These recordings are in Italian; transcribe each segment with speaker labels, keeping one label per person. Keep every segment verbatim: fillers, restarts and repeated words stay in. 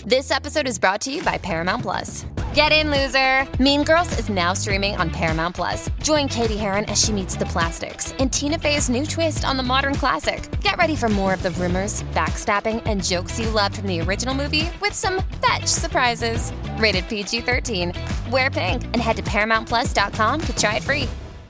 Speaker 1: This episode is brought to you by Paramount Plus. Get in, loser! Mean Girls is now streaming on Paramount Plus. Join Katie Heron as she meets the plastics in Tina Fey's new twist on the modern classic. Get ready for more of the rumors, backstabbing, and jokes you loved from the original movie with some fetch surprises. Rated P G thirteen. Wear pink and head to paramount plus dot com to try it free.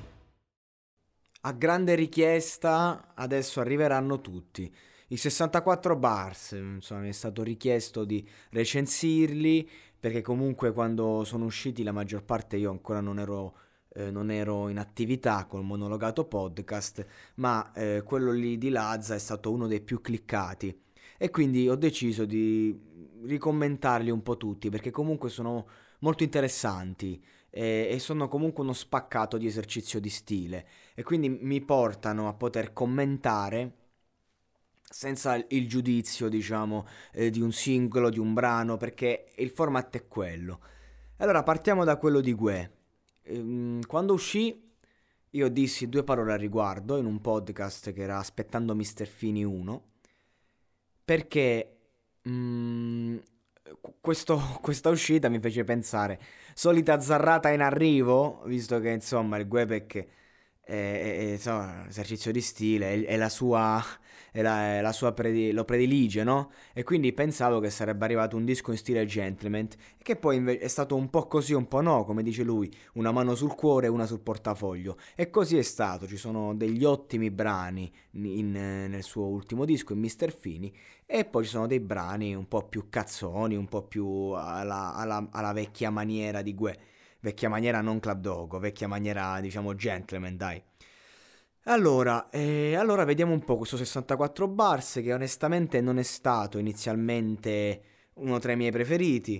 Speaker 2: A grande richiesta adesso arriveranno tutti. I sessantaquattro Bars, insomma, mi è stato richiesto di recensirli perché comunque quando sono usciti la maggior parte io ancora non ero, eh, non ero in attività col monologato podcast, ma eh, quello lì di Lazza è stato uno dei più cliccati e quindi ho deciso di ricommentarli un po' tutti perché comunque sono molto interessanti e, e sono comunque uno spaccato di esercizio di stile e quindi mi portano a poter commentare senza il giudizio, diciamo, eh, di un singolo, di un brano, perché il format è quello. Allora, partiamo da quello di Guè. Ehm, quando uscì, io dissi due parole al riguardo in un podcast che era Aspettando mister Fini uno, perché mm, questo, questa uscita mi fece pensare, solita zarrata in arrivo, visto che, insomma, il Guepec è, è, è, insomma, esercizio di stile, è, è la sua... E la, la sua predi- lo predilige, no? E quindi pensavo che sarebbe arrivato un disco in stile Gentleman, che poi inve- è stato un po' così, un po' no, come dice lui, una mano sul cuore e una sul portafoglio. E così è stato, ci sono degli ottimi brani in, nel suo ultimo disco, in mister Fini, e poi ci sono dei brani un po' più cazzoni, un po' più alla, alla, alla vecchia maniera di Guè. Vecchia maniera non Club Dogo, vecchia maniera, diciamo, Gentleman, dai. Allora, eh, allora vediamo un po' questo sessantaquattro Bars che onestamente non è stato inizialmente uno tra i miei preferiti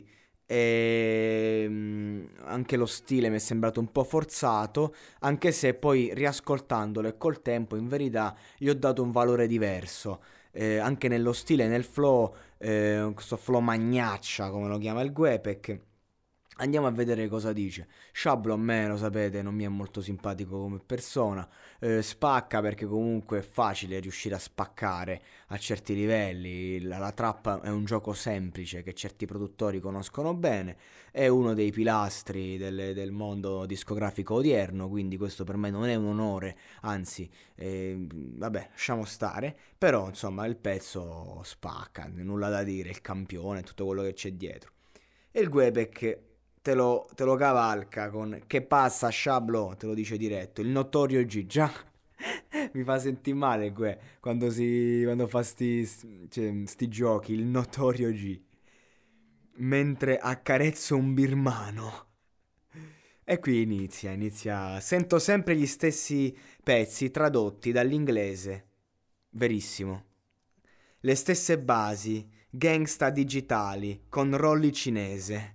Speaker 2: e mm, anche lo stile mi è sembrato un po' forzato, anche se poi riascoltandolo e col tempo in verità gli ho dato un valore diverso, eh, anche nello stile, nel flow, eh, questo flow magnaccia come lo chiama il Guepec. Andiamo a vedere cosa dice. Sciablo a me, lo sapete, non mi è molto simpatico come persona. Eh, spacca perché comunque è facile riuscire a spaccare a certi livelli. La, la trap è un gioco semplice che certi produttori conoscono bene. È uno dei pilastri del, del mondo discografico odierno, quindi questo per me non è un onore, anzi, eh, vabbè, lasciamo stare. Però, insomma, il pezzo spacca, nulla da dire, il campione, tutto quello che c'è dietro. E il Guepec te lo, te lo cavalca con che passa Sciablo, te lo dice diretto, il notorio G, già mi fa sentire male que, quando, si, quando fa sti, cioè, sti giochi, il notorio G, mentre accarezzo un birmano. E qui inizia, inizia, sento sempre gli stessi pezzi tradotti dall'inglese, verissimo, le stesse basi, gangsta digitali, con rolli cinese.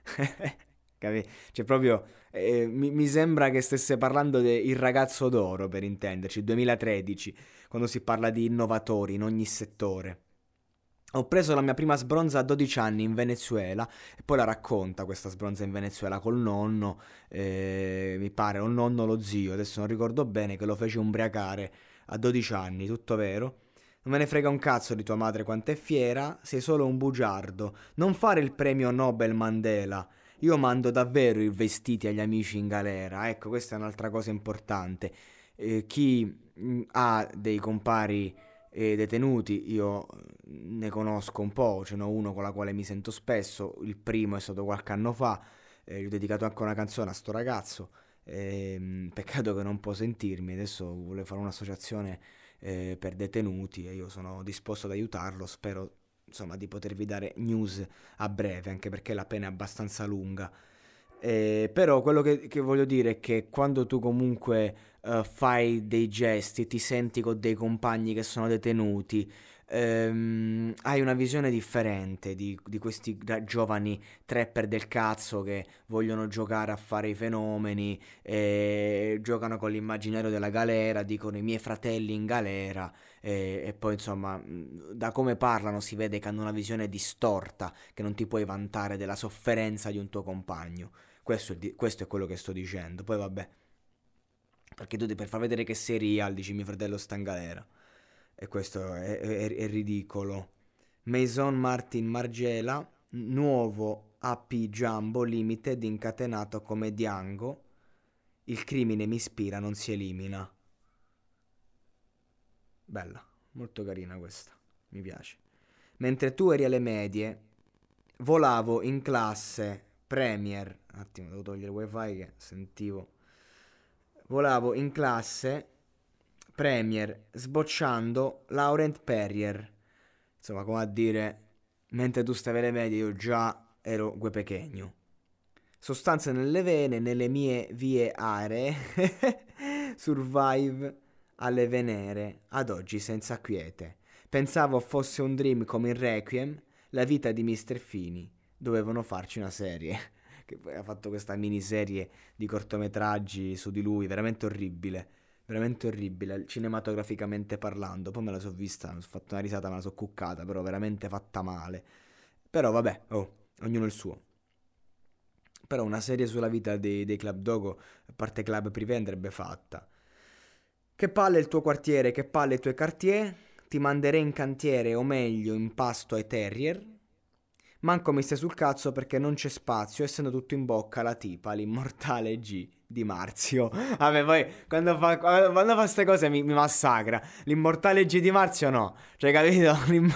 Speaker 2: Capi? Cioè proprio eh, mi, mi sembra che stesse parlando del ragazzo d'oro, per intenderci, duemilatredici, quando si parla di innovatori in ogni settore. Ho preso la mia prima sbronza a dodici anni in Venezuela e poi la racconta questa sbronza in Venezuela col nonno, eh, mi pare, o il nonno o lo zio, adesso non ricordo bene, che lo fece ubriacare a dodici anni, tutto vero? Non me ne frega un cazzo di tua madre quanto è fiera, sei solo un bugiardo. Non fare il premio Nobel Mandela. Io mando davvero i vestiti agli amici in galera. Ecco, questa è un'altra cosa importante. Eh, chi mh, ha dei compari eh, detenuti, io ne conosco un po', ce n'ho uno con la quale mi sento spesso. Il primo è stato qualche anno fa, eh, gli ho dedicato anche una canzone a sto ragazzo. Eh, peccato che non può sentirmi, adesso vuole fare un'associazione eh, per detenuti e io sono disposto ad aiutarlo, spero insomma di potervi dare news a breve, anche perché la pena è abbastanza lunga. Eh, però quello che, che voglio dire è che quando tu comunque eh, fai dei gesti, ti senti con dei compagni che sono detenuti, ehm, hai una visione differente di, di questi gra- giovani trapper del cazzo che vogliono giocare a fare i fenomeni, e giocano con l'immaginario della galera, dicono i miei fratelli in galera, e, e poi insomma mh, da come parlano si vede che hanno una visione distorta, che non ti puoi vantare della sofferenza di un tuo compagno. Questo è, di- questo è quello che sto dicendo. Poi vabbè, perché tu per far vedere che sei real dici mio fratello sta in galera. E questo è, è- è ridicolo. Maison Martin Margiela, nuovo A P Jumbo Limited incatenato come Diango. Il crimine mi ispira, non si elimina. Bella, molto carina questa, mi piace. Mentre tu eri alle medie, volavo in classe Premier. Un attimo, devo togliere il wifi che sentivo. Volavo in classe Premier sbocciando Laurent Perrier. Insomma, come a dire, mentre tu stavi alle medie io già ero gue pechegno. Sostanze nelle vene, nelle mie vie aree. Survive alle venere, ad oggi senza quiete. Pensavo fosse un dream come in Requiem, la vita di mister Fini. Dovevano farci una serie. Che poi ha fatto questa miniserie di cortometraggi su di lui, veramente orribile. Veramente orribile, cinematograficamente parlando. Poi me la so vista, mi sono fatto una risata, me la so cuccata, però veramente fatta male. Però vabbè, oh, ognuno il suo. Però una serie sulla vita dei, dei Club Dogo, a parte Club Privé, andrebbe fatta. Che palle il tuo quartiere, che palle i tuoi quartier. Ti manderei in cantiere, o meglio in pasto ai terrier. Manco mi stai sul cazzo perché non c'è spazio, essendo tutto in bocca la tipa, l'immortale G di Marzio. Vabbè, poi quando fa quando fa queste cose mi, mi massacra. L'immortale G di Marzio no. Cioè, capito?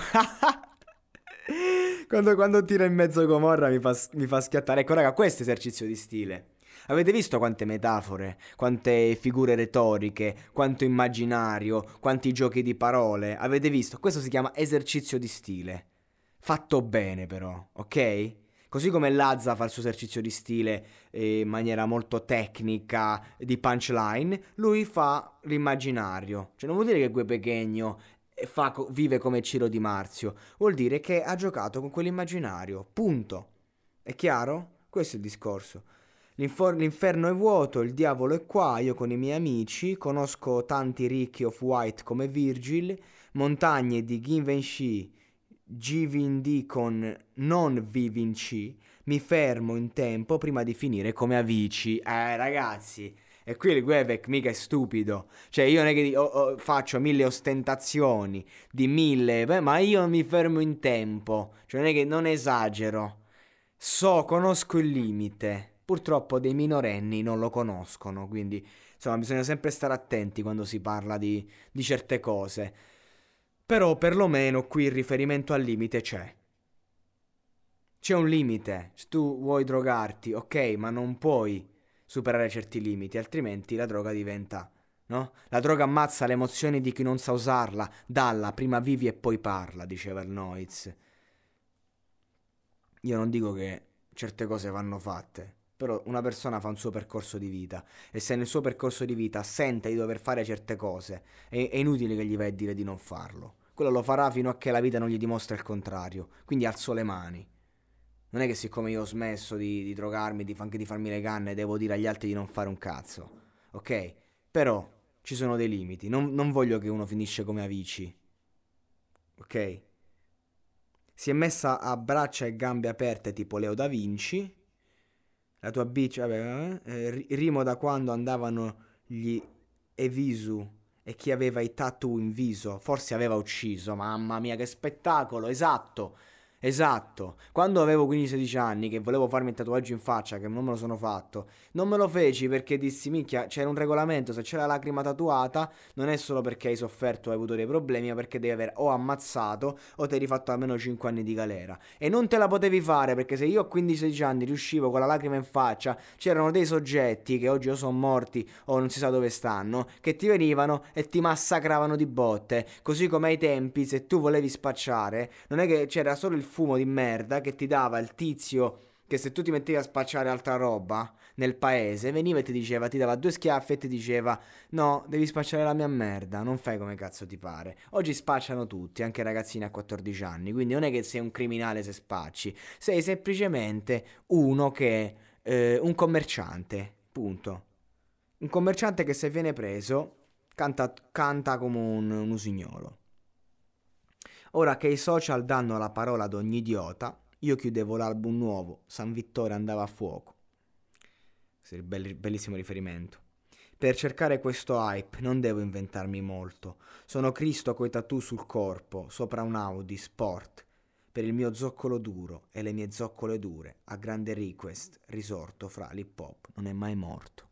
Speaker 2: quando, quando tira in mezzo Gomorra mi fa, mi fa schiattare. Ecco, raga, questo è esercizio di stile. Avete visto quante metafore, quante figure retoriche, quanto immaginario, quanti giochi di parole? Avete visto? Questo si chiama esercizio di stile. Fatto bene però, ok? Così come Lazza fa il suo esercizio di stile eh, in maniera molto tecnica, di punchline, lui fa l'immaginario. Cioè non vuol dire che Gue Pechegno fa, vive come Ciro Di Marzio, vuol dire che ha giocato con quell'immaginario, punto. È chiaro? Questo è il discorso. L'infor- l'inferno è vuoto, il diavolo è qua, io con i miei amici, conosco tanti ricchi off-white come Virgil, montagne di Givenchy, Givenchy con non Vivinci, mi fermo in tempo prima di finire come Avicii. Eh ragazzi, e qui il Guevec mica è stupido. Cioè io non è che oh, oh, faccio mille ostentazioni di mille, beh, ma io mi fermo in tempo. Cioè non è che non esagero. So, conosco il limite. Purtroppo dei minorenni non lo conoscono, quindi insomma bisogna sempre stare attenti quando si parla di, di certe cose. Però perlomeno qui il riferimento al limite c'è. C'è un limite. Se tu vuoi drogarti, ok, ma non puoi superare certi limiti, altrimenti la droga diventa, no? La droga ammazza le emozioni di chi non sa usarla. Dalla, prima vivi e poi parla, diceva il Noiz. Io non dico che certe cose vanno fatte, però una persona fa un suo percorso di vita e se nel suo percorso di vita sente di dover fare certe cose, è, è inutile che gli vai a dire di non farlo. Quello lo farà fino a che la vita non gli dimostra il contrario. Quindi alzo le mani. Non è che siccome io ho smesso di, di drogarmi, di, anche di farmi le canne, devo dire agli altri di non fare un cazzo. Ok? Però ci sono dei limiti. Non, non voglio che uno finisce come Avicii. Ok? Si è messa a braccia e gambe aperte tipo Leo da Vinci. La tua bitch, vabbè, eh, rimo da quando andavano gli Evisu e chi aveva i tattoo in viso forse aveva ucciso. Mamma mia, che spettacolo, esatto. Esatto, quando avevo quindici sedici anni che volevo farmi il tatuaggio in faccia, che non me lo sono fatto, non me lo feci perché dissi minchia, c'era un regolamento, se c'è la lacrima tatuata non è solo perché hai sofferto o hai avuto dei problemi, ma perché devi aver o ammazzato o ti hai rifatto almeno cinque anni di galera. E non te la potevi fare perché se io a quindici sedici anni riuscivo con la lacrima in faccia, c'erano dei soggetti che oggi o sono morti o non si sa dove stanno, che ti venivano e ti massacravano di botte. Così come ai tempi, se tu volevi spacciare, non è che c'era solo il fumo di merda che ti dava il tizio che se tu ti mettevi a spacciare altra roba nel paese veniva e ti diceva, ti dava due schiaffi e ti diceva no, devi spacciare la mia merda, non fai come cazzo ti pare. Oggi spacciano tutti, anche ragazzini a quattordici anni, quindi non è che sei un criminale se spacci, sei semplicemente uno che è eh, un commerciante, punto. Un commerciante che se viene preso canta, canta come un, un usignolo. Ora che i social danno la parola ad ogni idiota, io chiudevo l'album nuovo, San Vittore andava a fuoco. Bellissimo riferimento. Per cercare questo hype non devo inventarmi molto. Sono Cristo coi tattoo sul corpo, sopra un Audi Sport. per il mio zoccolo duro e le mie zoccole dure, a grande request, risorto fra l'hip hop non è mai morto.